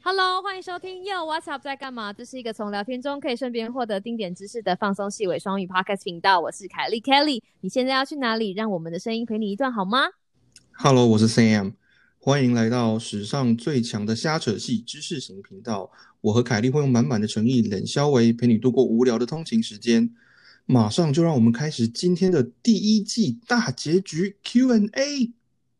Hello，欢迎收听 Yo What's Up 在干嘛？这是一个从聊天中可以顺便获得丁点知识的放松细微双语 Podcast 频道。我是凯莉 Kelly， 你现在要去哪里？让我们的声音陪你一段好吗 Hello，我是 Sam，欢迎来到史上最强的瞎扯系知识型频道。我和凯莉会用满满的诚意、冷消维陪你度过无聊的通勤时间。马上就让我们开始今天的第一季大结局 Q&A。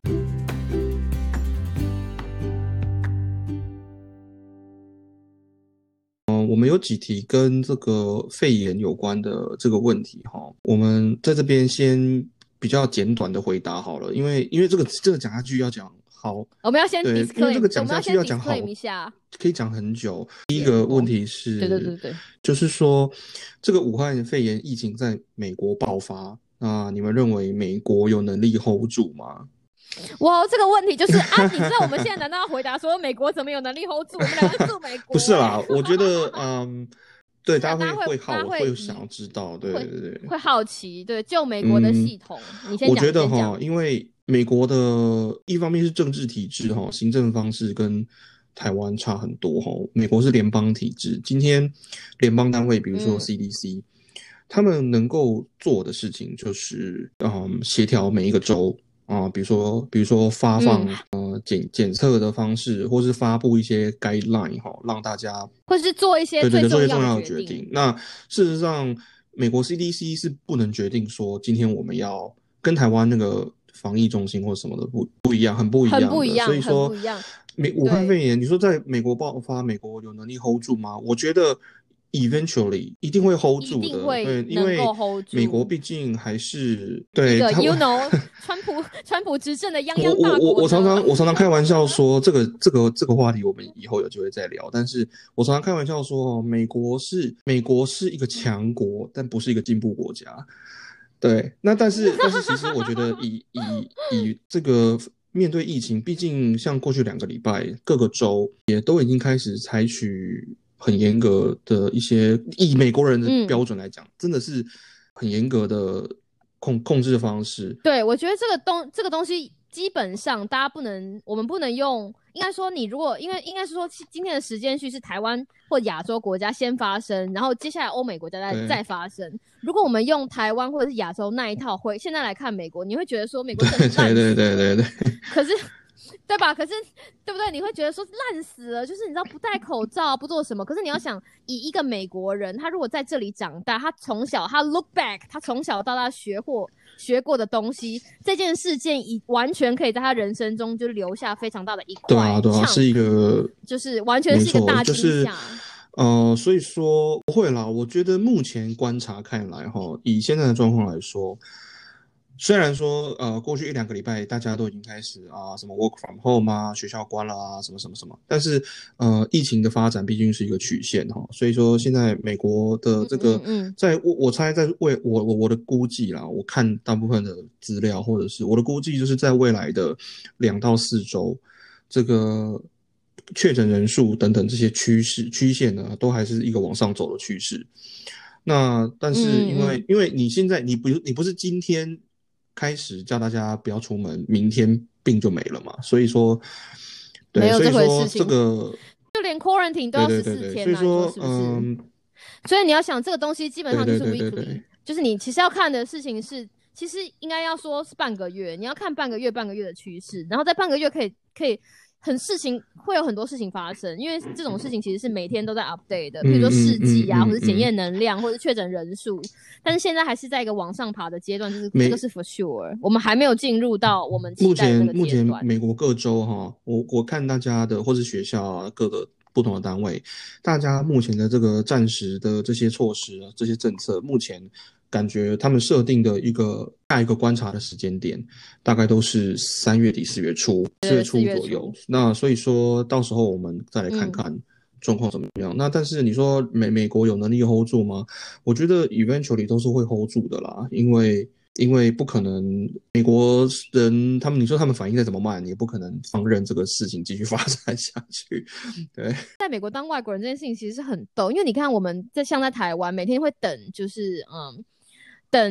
我们有几题跟这个肺炎有关的这个问题哈，我们在这边先比较简短的回答好了，因为这个讲下去要讲好， 我们要先 disclaim， 因为这个讲下去要讲好一下， 可以讲很久。第一个问题是， 对， 就是说这个武汉肺炎疫情在美国爆发，那你们认为美国有能力 hold 住吗？ 哇，这个问题就是啊，你知道我们现在难道要回答说美国怎么有能力 hold 住？我们两个住美国？ 不是啦，我觉得对，大家会想要知道，对， 会好奇，对，就美国的系统，你先讲。 我觉得哈，因为美国的一方面是政治体制哈，行政方式跟台湾差很多哈。美国是联邦体制，今天联邦单位比如说 CDC，他们能够做的事情就是协调每一个州。比如说发放检测的方式，或是发布一些 guideline 让大家， 或是做一些最重要的决定。 那事实上，美国 CDC 是不能决定说今天我们要跟台湾那个防疫中心或什么的不一样，很不一样的。所以说，武汉肺炎，你说在美国爆发，美国有能力 hold 住吗？我觉得。Eventually 一定会 hold 住的，对，因为美国毕竟还是对一个 you know 川普执政的泱泱大国。 我常常开玩笑说，这个话题我们以后有机会再聊。但是我常常开玩笑说，美国是一个强国，但不是一个进步国家。对，那但是其实我觉得以这个面对疫情，毕竟像过去2个礼拜，各个州也都已经开始采取。很严格的一些，以美国人的标准来讲，真的是很严格的控制方式。 对，我觉得这个东西基本上大家我们不能用，应该说你如果应该是说今天的时间序是台湾或亚洲国家先发生，然后接下来欧美国家再发生。如果我们用台湾或者是亚洲那一套现在来看美国，你会觉得说美国真的烂死了。 对。 可是。对吧？可是对不对？你会觉得说烂死了，就是你知道不戴口罩不做什么。可是你要想，以一个美国人，他如果在这里长大，他从小他 look back， 他从小到大学过的东西，这件事件完全可以在他人生中就留下非常大的一块。 对啊，是一个就是完全是一个大惊吓。 所以说不会啦。我觉得目前观察看来以现在的状况来说。虽然说过去1-2个礼拜大家都已经开始什么 work from home 啊，学校关了啊，什么，但是疫情的发展毕竟是一个曲线所以说现在美国的这个我猜在我的估计啦，我看大部分的资料或者是我的估计，就是在未来的2到4周，这个确诊人数等等这些曲线呢，都还是一个往上走的趋势。那但是因为你现在你不是今天。开始叫大家不要出门，明天病就没了嘛。所以说，对， 没有这回事情。这个就连 quarantine 都要14天， 所以说， 是不是？所以你要想这个东西基本上就是 weekly，就是你其实要看的事情是，其实应该要说是半个月，你要看半个月的趋势，然后在半个月可以会有很多事情发生，因为这种事情其实是每天都在 update 的，比如说试剂啊，或者检验能量，或者确诊人数。但是现在还是在一个往上爬的阶段，就是这个是 for sure， 我们还没有进入到我们期待的那个阶段。 目前美国各州我看大家的或是学校各个不同的单位，大家目前的这个暂时的这些措施这些政策，目前感觉他们设定的下一个观察的时间点，大概都是3月底4月初左右。那所以说到时候我们再来看看状况怎么样。那但是你说美国有能力 hold 住吗？我觉得 eventually 都是会 hold 住的啦，因为不可能美国人你说他们反应再怎么慢，也不可能放任这个事情继续发展下去。对， 在美国当外国人这件事情其实是很逗，因为你看我们像在台湾每天会等，就是等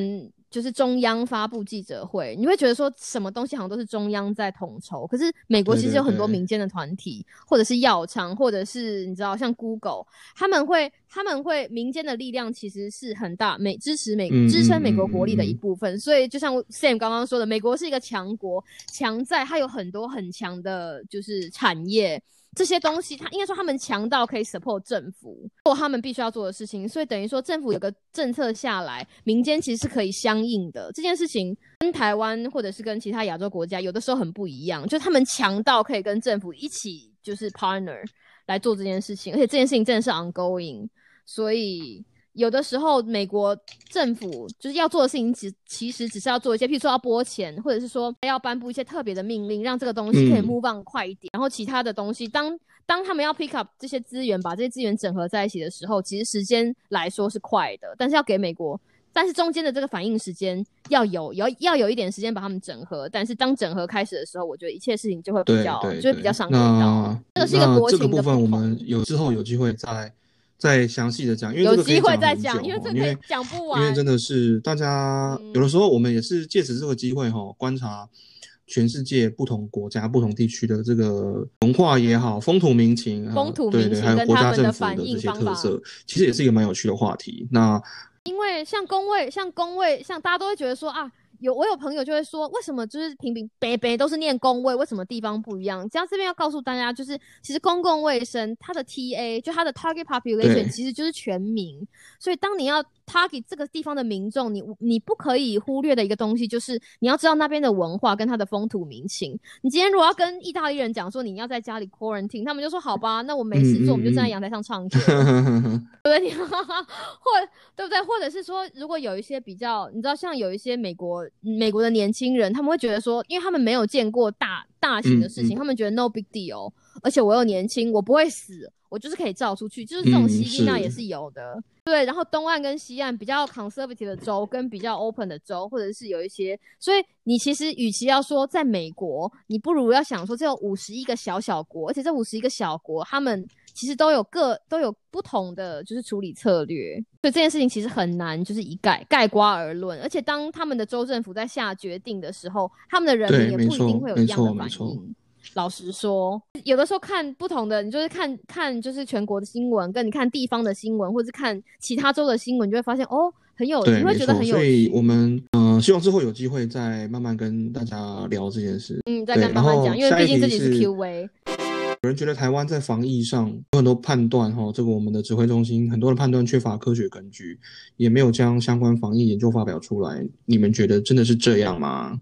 就是中央发布记者会，你会觉得说什么东西好像都是中央在统筹，可是美国其实有很多民间的团体，或者是药厂，或者是你知道像 Google， 他们会民间的力量其实是很大，支撑美国国力的一部分，所以就像 Sam 刚刚说的，美国是一个强国，强在它有很多很强的就是产业。这些东西他应该说他们强到可以 support 政府做他们必须要做的事情，所以等于说政府有个政策下来，民间其实是可以相应的。这件事情跟台湾或者是跟其他亚洲国家有的时候很不一样，就他们强到可以跟政府一起就是 partner 来做这件事情，而且这件事情真的是 ongoing， 所以有的时候美国政府就是要做的事情其实只是要做一些譬如说要拨钱，或者是说要颁布一些特别的命令，让这个东西可以 move on 快一点，然后其他的东西当他们要 pick up 这些资源，把这些资源整合在一起的时候，其实时间来说是快的，但是要给美国，但是中间的这个反应时间要有一点时间把他们整合，但是当整合开始的时候，我觉得一切事情就会比较就会比较上轨道。这个是一个国情的不同。 这个部分我们之后有机会再详细的讲，因为这个可以讲很久， 因为这个可以讲不完。 因为真的是大家有的时候我们也是借此这个机会观察全世界不同国家、不同地区的这个文化也好、风土民情，对，还有国家政府的这些特色，其实也是一个蛮有趣的话题。那因为像公卫，像大家都会觉得说啊。我有朋友就会说，为什么就是平北北都是念公卫，为什么地方不一样？这样这边要告诉大家，就是其实公共卫生它的 TA 就它的 target population 其实就是全民，所以当你要 target 这个地方的民众，你不可以忽略的一个东西就是你要知道那边的文化跟它的风土民情。你今天如果要跟意大利人讲说你要在家里 quarantine， 他们就说好吧，那我没事做，我们就站在阳台上唱歌，对不对？对不对？或者是说，如果有一些比较，你知道，像有一些美国的年轻人，他们会觉得说，因为他们没有见过大型的事情，他们觉得 no big deal， 而且我又年轻，我不会死，我就是可以照出去，就是这种吸引那也是有的。对，然后东岸跟西岸比较 conservative 的州跟比较 open 的州，或者是有一些，所以你其实与其要说在美国，你不如要想说这有51个小国，而且这51个小国他们其实都有不同的就是处理策略，所以这件事情其实很难就是一概括而论，而且当他们的州政府在下决定的时候，他们的人民也不一定会有一样的反应。老实说，有的时候看不同的，你就是看就是全国的新闻，跟你看地方的新闻，或是看其他州的新闻，你就会发现哦，很有，你会觉得很有趣。 所以我们希望之后有机会再慢慢跟大家聊这件事。 再跟慢慢讲，因为毕竟自己是 QA。 有人觉得台湾在防疫上有很多判断这个我们的指挥中心很多的判断缺乏科学根据，也没有将相关防疫研究发表出来。你们觉得真的是这样吗？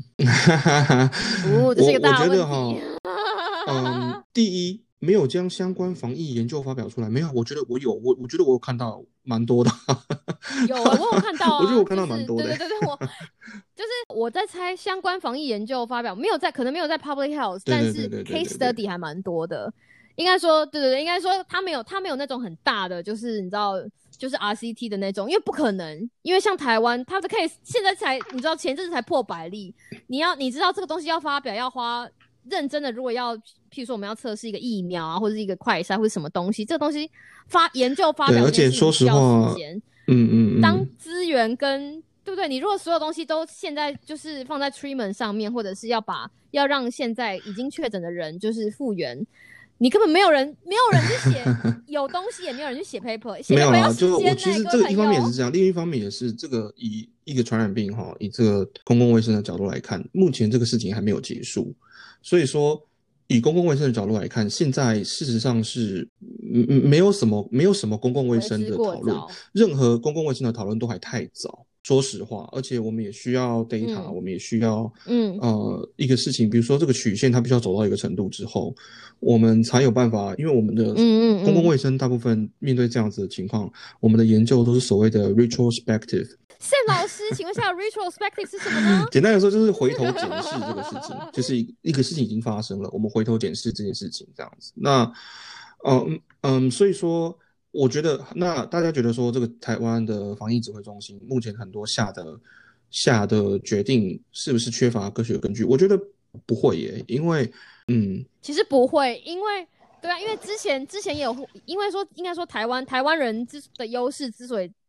这是一个大问题。 我觉得第一，没有将相关防疫研究发表出来，没有，我觉得我有，我觉得我有看到蛮多的。 有我有看到啊， 我觉得我看到蛮多的。 对，我在猜相关防疫研究发表可能没有在 public health， 但是 case study 还蛮多的。应该说，对，应该说他没有那种很大的，就是你知道，就是 RCT 的那种，因为不可能，因为像台湾，他的 case 现在才，你知道前阵子才破100例，你知道这个东西要发表要花认真的，如果要，譬如说我们要测试一个疫苗啊，或者是一个快筛或者什么东西，这个东西研究发表， 而且说实话， 当资源跟对不对？你如果所有东西都现在就是放在 treatment 上面，或者是要让现在已经确诊的人就是复原。你根本没有人去写有东西，也没有人去写 paper， 写 paper 要时间。 其实这个一方面也是这样，另一方面也是这个以一个传染病以这个公共卫生的角度来看，目前这个事情还没有结束，所以说以公共卫生的角度来看，现在事实上是没有什么公共卫生的讨论，任何公共卫生的讨论都还太早。说实话，而且我们也需要 data，我们也需要一个事情，比如说这个曲线它必须要走到一个程度之后，我们才有办法，因为我们的公共卫生大部分面对这样子的情况，我们的研究都是所谓的 retrospective。Sam 老师，请问一下 retrospective 是什么呢？ 简单来说就是回头检视这个事情，就是一个事情已经发生了，我们回頭检视这件事情这样子。那所以说我觉得，那大家觉得说这个台湾的防疫指挥中心目前很多下的决定是不是缺乏科学根据？我觉得不会耶，因为其实不会，因为对啊，因为之前也有，因为说应该说台湾人的优势之所以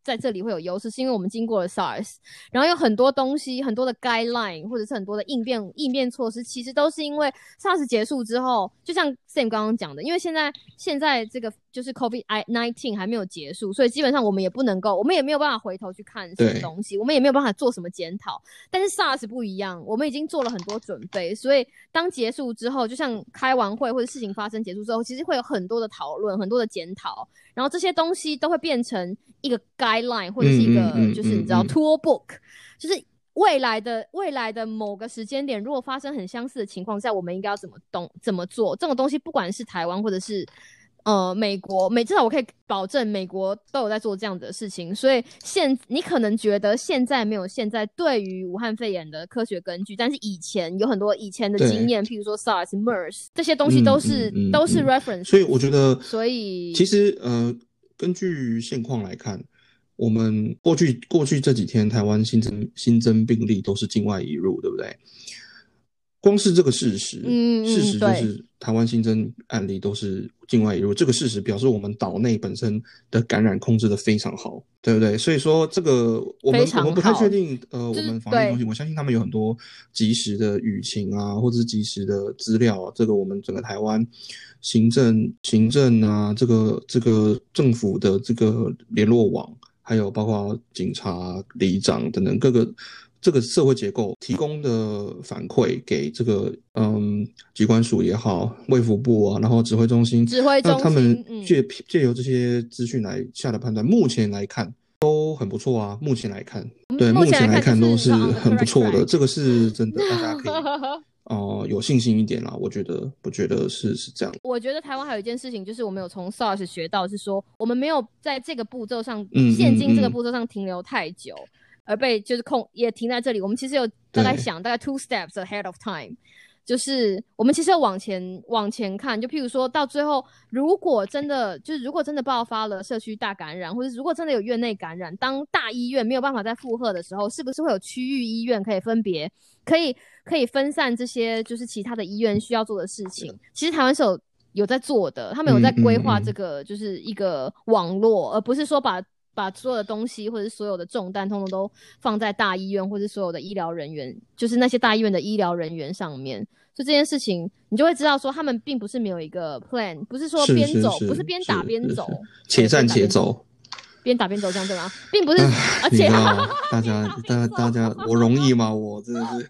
在这里会有优势，是因为我们经过了 SARS， 然后有很多东西，很多的 guideline 或者是很多的应变措施，其实都是因为 SARS 结束之后，就像 Sam 刚刚讲的，因为现在这个就是 COVID-19 还没有结束，所以基本上我们也不能够，我们也没有办法回头去看什么东西，我们也没有办法做什么检讨。但是 SARS 不一样，我们已经做了很多准备，所以当结束之后，就像开完会或者事情发生结束之后，其实会有很多的讨论，很多的检讨，然后这些东西都会变成一个 guideline 或者是一个就是你知道 tool book， 就是未来的某个时间点，如果发生很相似的情况下，我们应该要怎么做？这种东西不管是台湾或者是美国，至少我可以保证美国都有在做这样的事情，所以你可能觉得现在没有现在对于武汉肺炎的科学根据，但是以前有很多以前的经验，譬如说 SARS、MERS 这些东西都是 reference， 所以我觉得， 所以其实根据现况来看，我们过去这几天台湾新增病例都是境外移入，对不对？光是这个事实，事实就是台湾新增案例都是境外移入，这个事实表示我们岛内本身的感染控制的非常好，对不对？所以说这个我们不太确定，我们防疫中心，我相信他们有很多及时的舆情啊，或者是及时的资料，这个我们整个台湾行政啊，这个政府的这个联络网，还有包括警察、里长等等各个。这个社会结构提供的反馈给这个机关署也好，卫福部啊，然后指挥中心，那他们借由这些资讯来下的判断，目前来看都很不错啊。目前来看，对，目前来看都是很不错的，这个是真的，大家可以有信心一点啦。我觉得是这样。 我觉得台湾还有一件事情，就是我们有从 SARS 学到，是说我们没有在这个步骤上，现今这个步骤上停留太久。而被就是也停在这里，我们其实有大概 2 steps ahead of time， 就是我们其实要往前看，就譬如说到最后，如果真的爆发了社区大感染，或者如果真的有院内感染，当大医院没有办法再负荷的时候，是不是会有区域医院可以分别可以分散这些就是其他的医院需要做的事情？其实台湾是有在做的，他们有在规划这个就是一个网络，而不是说把所有的东西或者所有的重担通通都放在大医院或者所有的医疗人员，就是那些大医院的医疗人员上面。所以这件事情你就会知道说他们并不是没有一个 plan， 不是说边走，不是边打边走， 且战且走， 边打边走这样对吗？并不是，而且大家我容易吗？我真的是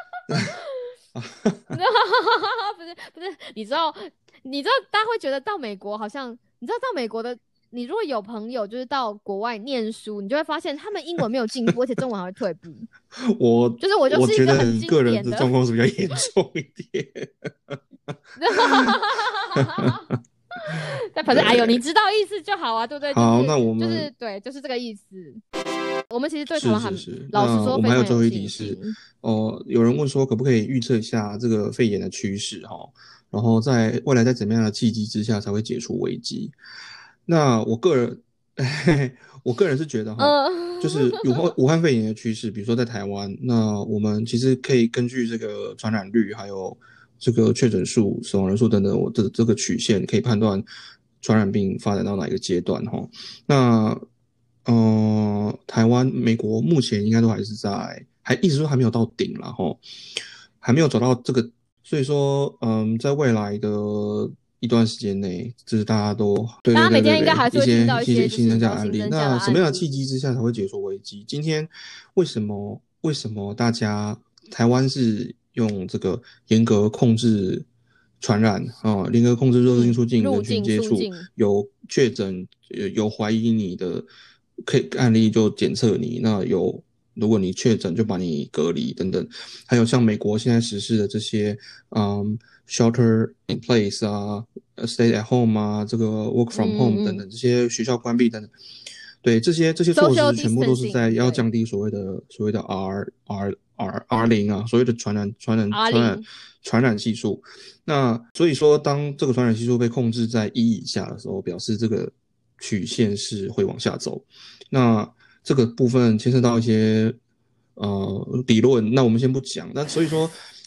不是，你知道大家会觉得到美国好像，你知道到美国的。你如果有朋友就是到国外念书，你就会发现他们英文没有进步，而且中文还会退步。我就是一个很经典的， 个人的状况是比较严重一点。 但反正哎呦，你知道意思就好啊，对不对？ 好，那我们就是对，就是这个意思。我们其实对台湾老实说， 我们还有最后一题是有人问说可不可以预测一下这个肺炎的趋势然后在未来在怎么样的契机之下才会解除危机？那我个人是觉得就是武汉肺炎的趋势，比如说在台湾，那我们其实可以根据这个传染率，还有这个确诊数、死亡人数等等的这个曲线，可以判断传染病发展到哪一个阶段那台湾、美国目前应该都还一直说还没有到顶啦还没有走到这个，所以说在未来的一段时间内，就是大家都大家每天应该还是会听到一些新增加案例。那什么样的契机之下才会解除危机？今天为什么大家台湾是用这个严格控制传染严格控制入境出境人群接触，有确诊有怀疑你的案例就检测你，那如果你确诊就把你隔离等等，还有像美国现在实施的这些shelter in place 啊 stay at home 啊，这个 work from home 等等，这些学校关闭等等，对，这些措施全部都是在要降低所谓的 R0啊，所谓的传染系数。那所以说当这个传染系数被控制在1以下的时候，表示这个曲线是会往下走。那这个部分牵涉到一些理论，那我们先不讲。那所以说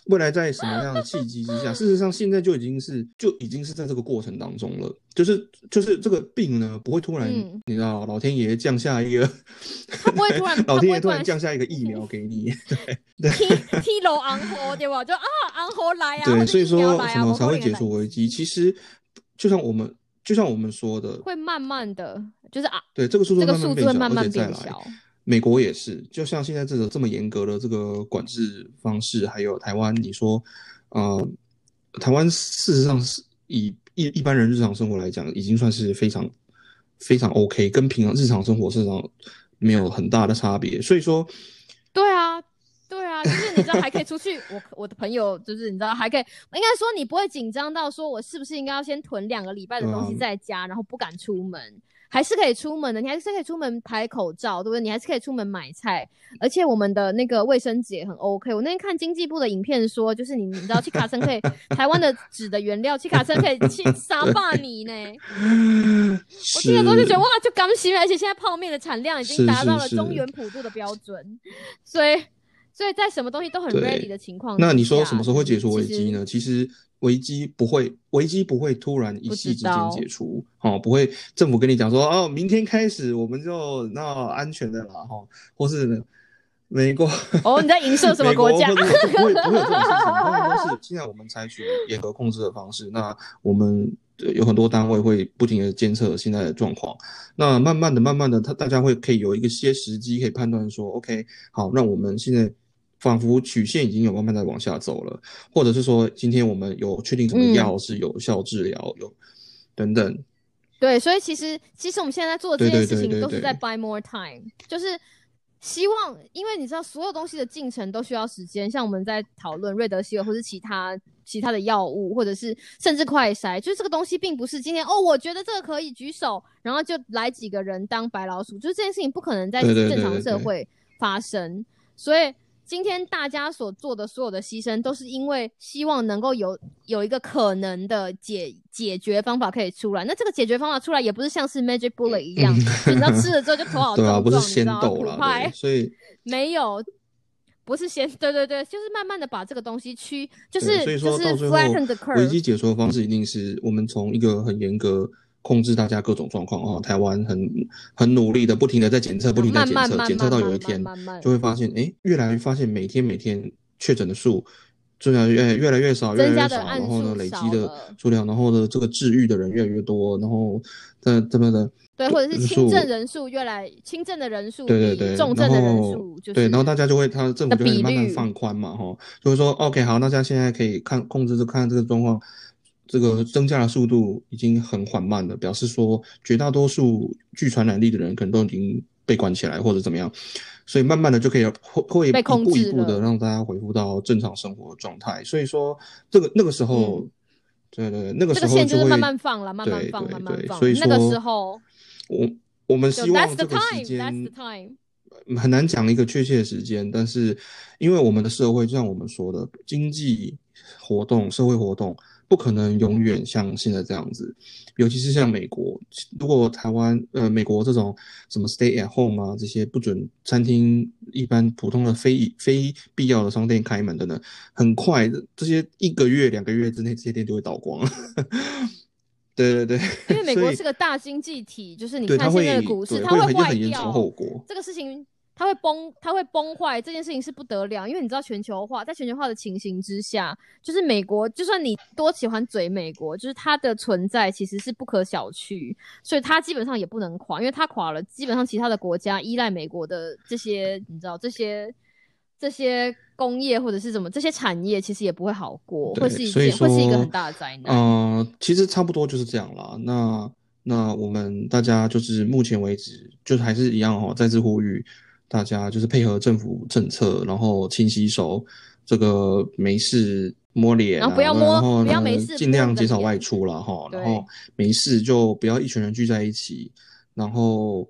未来在什么样的契机之下，事实上现在就已经是在这个过程当中了。就是这个病呢，不会突然，你知道，老天爷降下一个， 他不会突然， 老天爷突然降下一个疫苗给你，对踢楼昂火对吧？就昂火来啊， 对，所以说什么才会解除危机？其实就像我们说的， 会慢慢的，就是对，这个数字会慢慢变小。美国也是，就像现在这么严格的这个管制方式，还有台湾，你说，台湾事实上是以一般人日常生活来讲，已经算是非常非常 OK， 跟平常日常生活事实上没有很大的差别。所以说， 对啊，就是你知道还可以出去，我的朋友就是你知道还可以，应该说你不会紧张到说我是不是应该要先囤2个礼拜的东西在家，然后不敢出门。还是可以出门的，你还是可以出门拍口罩，对不对？你还是可以出门买菜，而且我们的那个卫生纸也很 OK。我那天看经济部的影片说，就是你知道，去卡森可以台湾的纸的原料，去卡森可以去沙巴米呢。我听了之后就觉得哇，就刚新，而且现在泡面的产量已经达到了中原普渡的标准，所以在什么东西都很 ready 的情况下， 那你说什么时候会解除危机呢？其实危机不会突然一夕之间解除，不会政府跟你讲说明天开始我们就安全的啦，或是美国你在影射什么国家？ 不会有这种事情，通常都是现在我们采取严格控制的方式，那我们有很多单位会不停的监测现在的状况，那慢慢的，大家可以有一些时机可以判断说 ，OK， 好，那我们现在仿佛曲线已经有慢慢的往下走了，或者是说今天我们有确定什么药是有效治疗，有等等。 对，所以其实我们现在在做的这件事情都是在 buy more time，就是希望，因为你知道所有东西的进程都需要时间，像我们在讨论瑞德西韦或是其他的药物，或者是甚至快筛，就是这个东西并不是今天我觉得这个可以举手，然后就来几个人当白老鼠，就是这件事情不可能在正常社会发生，所以今天大家所做的所有的牺牲，都是因为希望能够有一个可能的解决方法可以出来。那这个解决方法出来，也不是像是 Magic Bullet 一样，你知道吃了之后就头好重壮， 不是仙豆啦，所以没有，不是先对，就是慢慢的把这个东西所以说到最后危机解除的方式一定是我们从一个很严格控制大家各种状况台湾很努力的不停的在检测，不停的检测到有一天就会发现越来越发现每天确诊的数越来越少，然后呢累积的数量，然后呢这个治愈的人越来越多，然后这么的对，或者是轻症人数轻症的人数比重症的人数就是对，然后大家政府就会慢慢放宽嘛就会说 OK 好，大家现在可以控制看这个状况。这个增加的速度已经很缓慢了，表示说绝大多数具传染力的人可能都已经被关起来或者怎么样，所以慢慢的就可以会一步一步的让大家恢复到正常生活的状态。所以说那个时候，对，那个时候就会慢慢放了，慢慢放。 所以说那个时候， 我们希望这个时间很难讲一个确切的时间，但是因为我们的社会就像我们说的，经济活动、社会活动。不可能永远像现在这样子，尤其是像美国，如果台湾美国这种什么 stay at home 啊，这些不准餐厅、一般普通的非必要的商店开门等等，很快的这些1个月、2个月之内，这些店就会倒光了。对， 因为美国是个大经济体，就是你看现在的股市，它会坏掉， 后果这个事情。它会崩坏，这件事情是不得了，因为你知道在全球化的情形之下，就是美国，就算你多喜欢嘴美国，就是它的存在其实是不可小觑，所以它基本上也不能垮，因为它垮了，基本上其他的国家依赖美国的这些，你知道这些工业或者是什么这些产业，其实也不会好过，会是一个很大的灾难。 其实差不多就是这样啦。那我们大家就是目前为止，就是还是一样再次呼吁。大家就是配合政府政策，然后勤洗手，这个没事摸脸， 然后不要没事， 尽量减少外出啦然后没事就不要一群人聚在一起，然后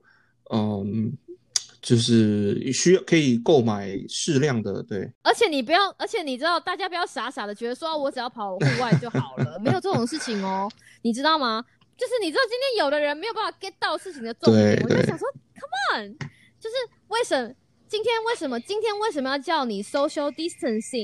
就是可以购买适量的，对。 而且你知道，大家不要傻傻的觉得说我只要跑户外就好了，没有这种事情你知道吗？就是你知道今天有的人没有办法 get 到事情的重点，我就想说 ，Come on。就是今天为什么要叫你 social distancing？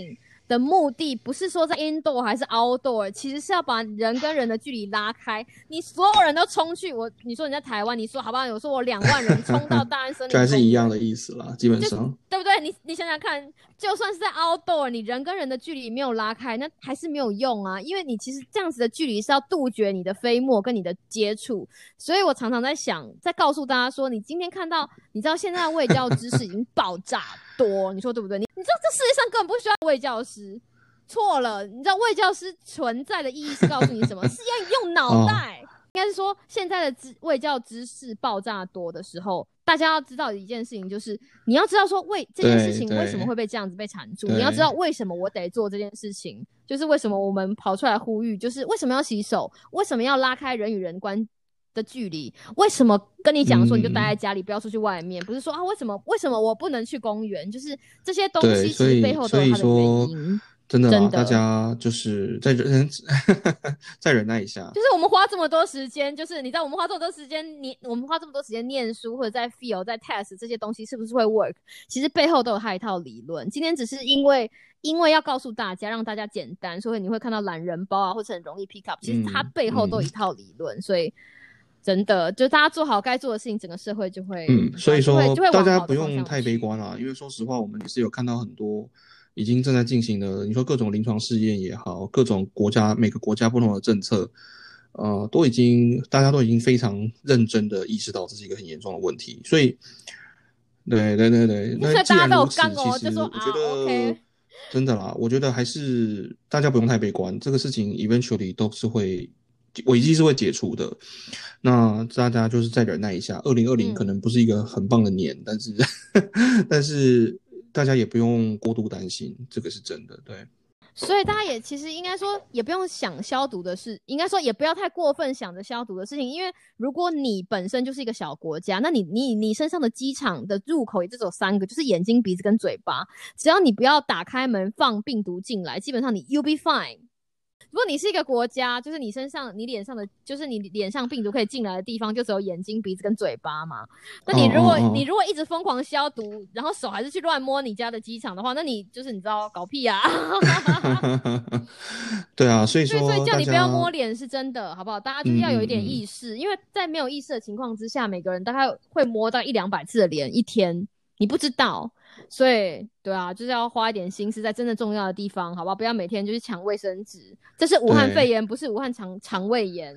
的目的不是说在 indoor 还是 outdoor， 其实是要把人跟人的距离拉开。你所有人都冲去你说你在台湾，你说好不好？我说我2万人冲到大安森林公园， 这还是一样的意思啦，基本上， 对不对？你想想看，就算是在 outdoor， 你人跟人的距离没有拉开，那还是没有用啊。因为你其实这样子的距离是要杜绝你的飞沫跟你的接触。所以我常常在想，在告诉大家说，你今天看到，你知道现在的卫教知识已经爆炸多，你说对不对？你知道这世界上根本不需要卫教师。错了，你知道卫教师存在的意义是告诉你什么？是要用脑袋。应该是说，现在的卫教知识爆炸多的时候，大家要知道的一件事情就是，你要知道说这件事情为什么会被这样子被缠住，你要知道为什么我得做这件事情，就是为什么我们跑出来呼吁，就是为什么要洗手，为什么要拉开人与人的距离，为什么跟你讲说你就待在家里，不要出去外面，不是说啊为什么我不能去公园，就是这些东西其实背后都有它的原因。 真的啦，大家就是再忍耐一下。 就是我们花这么多时间，就是你知道我们花这么多时间，我们花这么多时间念书或者在 feel 在 test 这些东西是不是会 work？ 其实背后都有它一套理论。今天只是因为要告诉大家，让大家简单，所以你会看到懒人包啊，或者很容易 pick up。其实它背后都有一套理论，所以真的就大家做好该做的事情，整个社会就会所以说大家不用太悲观啦，因为说实话，我们也是有看到很多。已经正在进行的，你说各种临床试验也好，各种每个国家不同的政策，大家都已经非常认真的意识到这是一个很严重的问题，所以，对，那既然如此，其实我觉得真的啦，我觉得还是大家不用太悲观，这个事情 eventually 都是危机是会解除的，那大家就是再忍耐一下，2020可能不是一个很棒的年，但是。大家也不用过度担心，这个是真的，对。 所以大家也其实应该说也不用想消毒的事，应该说也不要太过分想着消毒的事情，因为如果你本身就是一个小国家，那你身上的机场的入口也只有3个，就是眼睛、鼻子跟嘴巴，只要你不要打开门放病毒进来，基本上你 you'll be fine。如果你是一个国家，就是你脸上病毒可以进来的地方就只有眼睛、鼻子跟嘴巴嘛。那你如果一直疯狂消毒，然后手还是去乱摸你家的机场的话，那你就是你知道搞屁啊。 对啊，所以叫你不要摸脸是真的，好不好？大家就是要有一点意识，因为在没有意识的情况之下，每个人大概会摸到100-200次的脸一天，你不知道。所以对啊，就是要花一点心思在真的重要的地方，好不好？不要每天就是抢卫生纸，这是武汉肺炎，不是武汉肠胃炎。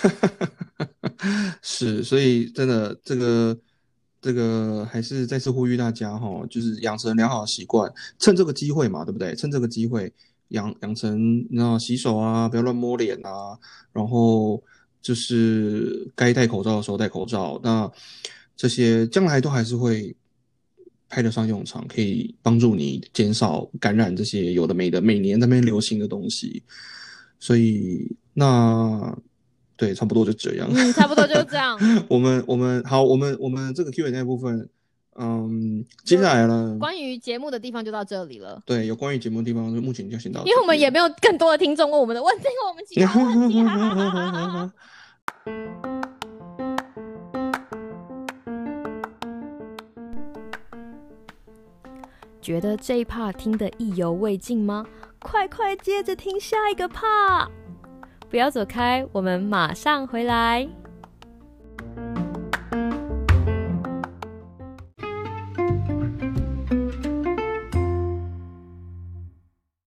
是，所以真的这个还是再次呼吁大家就是养成良好的习惯，趁这个机会嘛，对不对？趁这个机会养成洗手啊，不要乱摸脸啊，然后就是该戴口罩的时候戴口罩，那这些将来都还是会派得上用场，可以帮助你减少感染这些有的没的每年那边流行的东西，所以对，差不多就这样。 差不多就这样。 我们这个 Q&A 部分，接下来呢， 关于节目的地方就到这里了。 对，有关于节目的地方，目前就先到这里。 因为我们也没有更多的听众问我们的问题，我们其他问题。觉得这一 part 听得意犹未尽吗？快接着听下一个 part！不要走开，我们马上回来。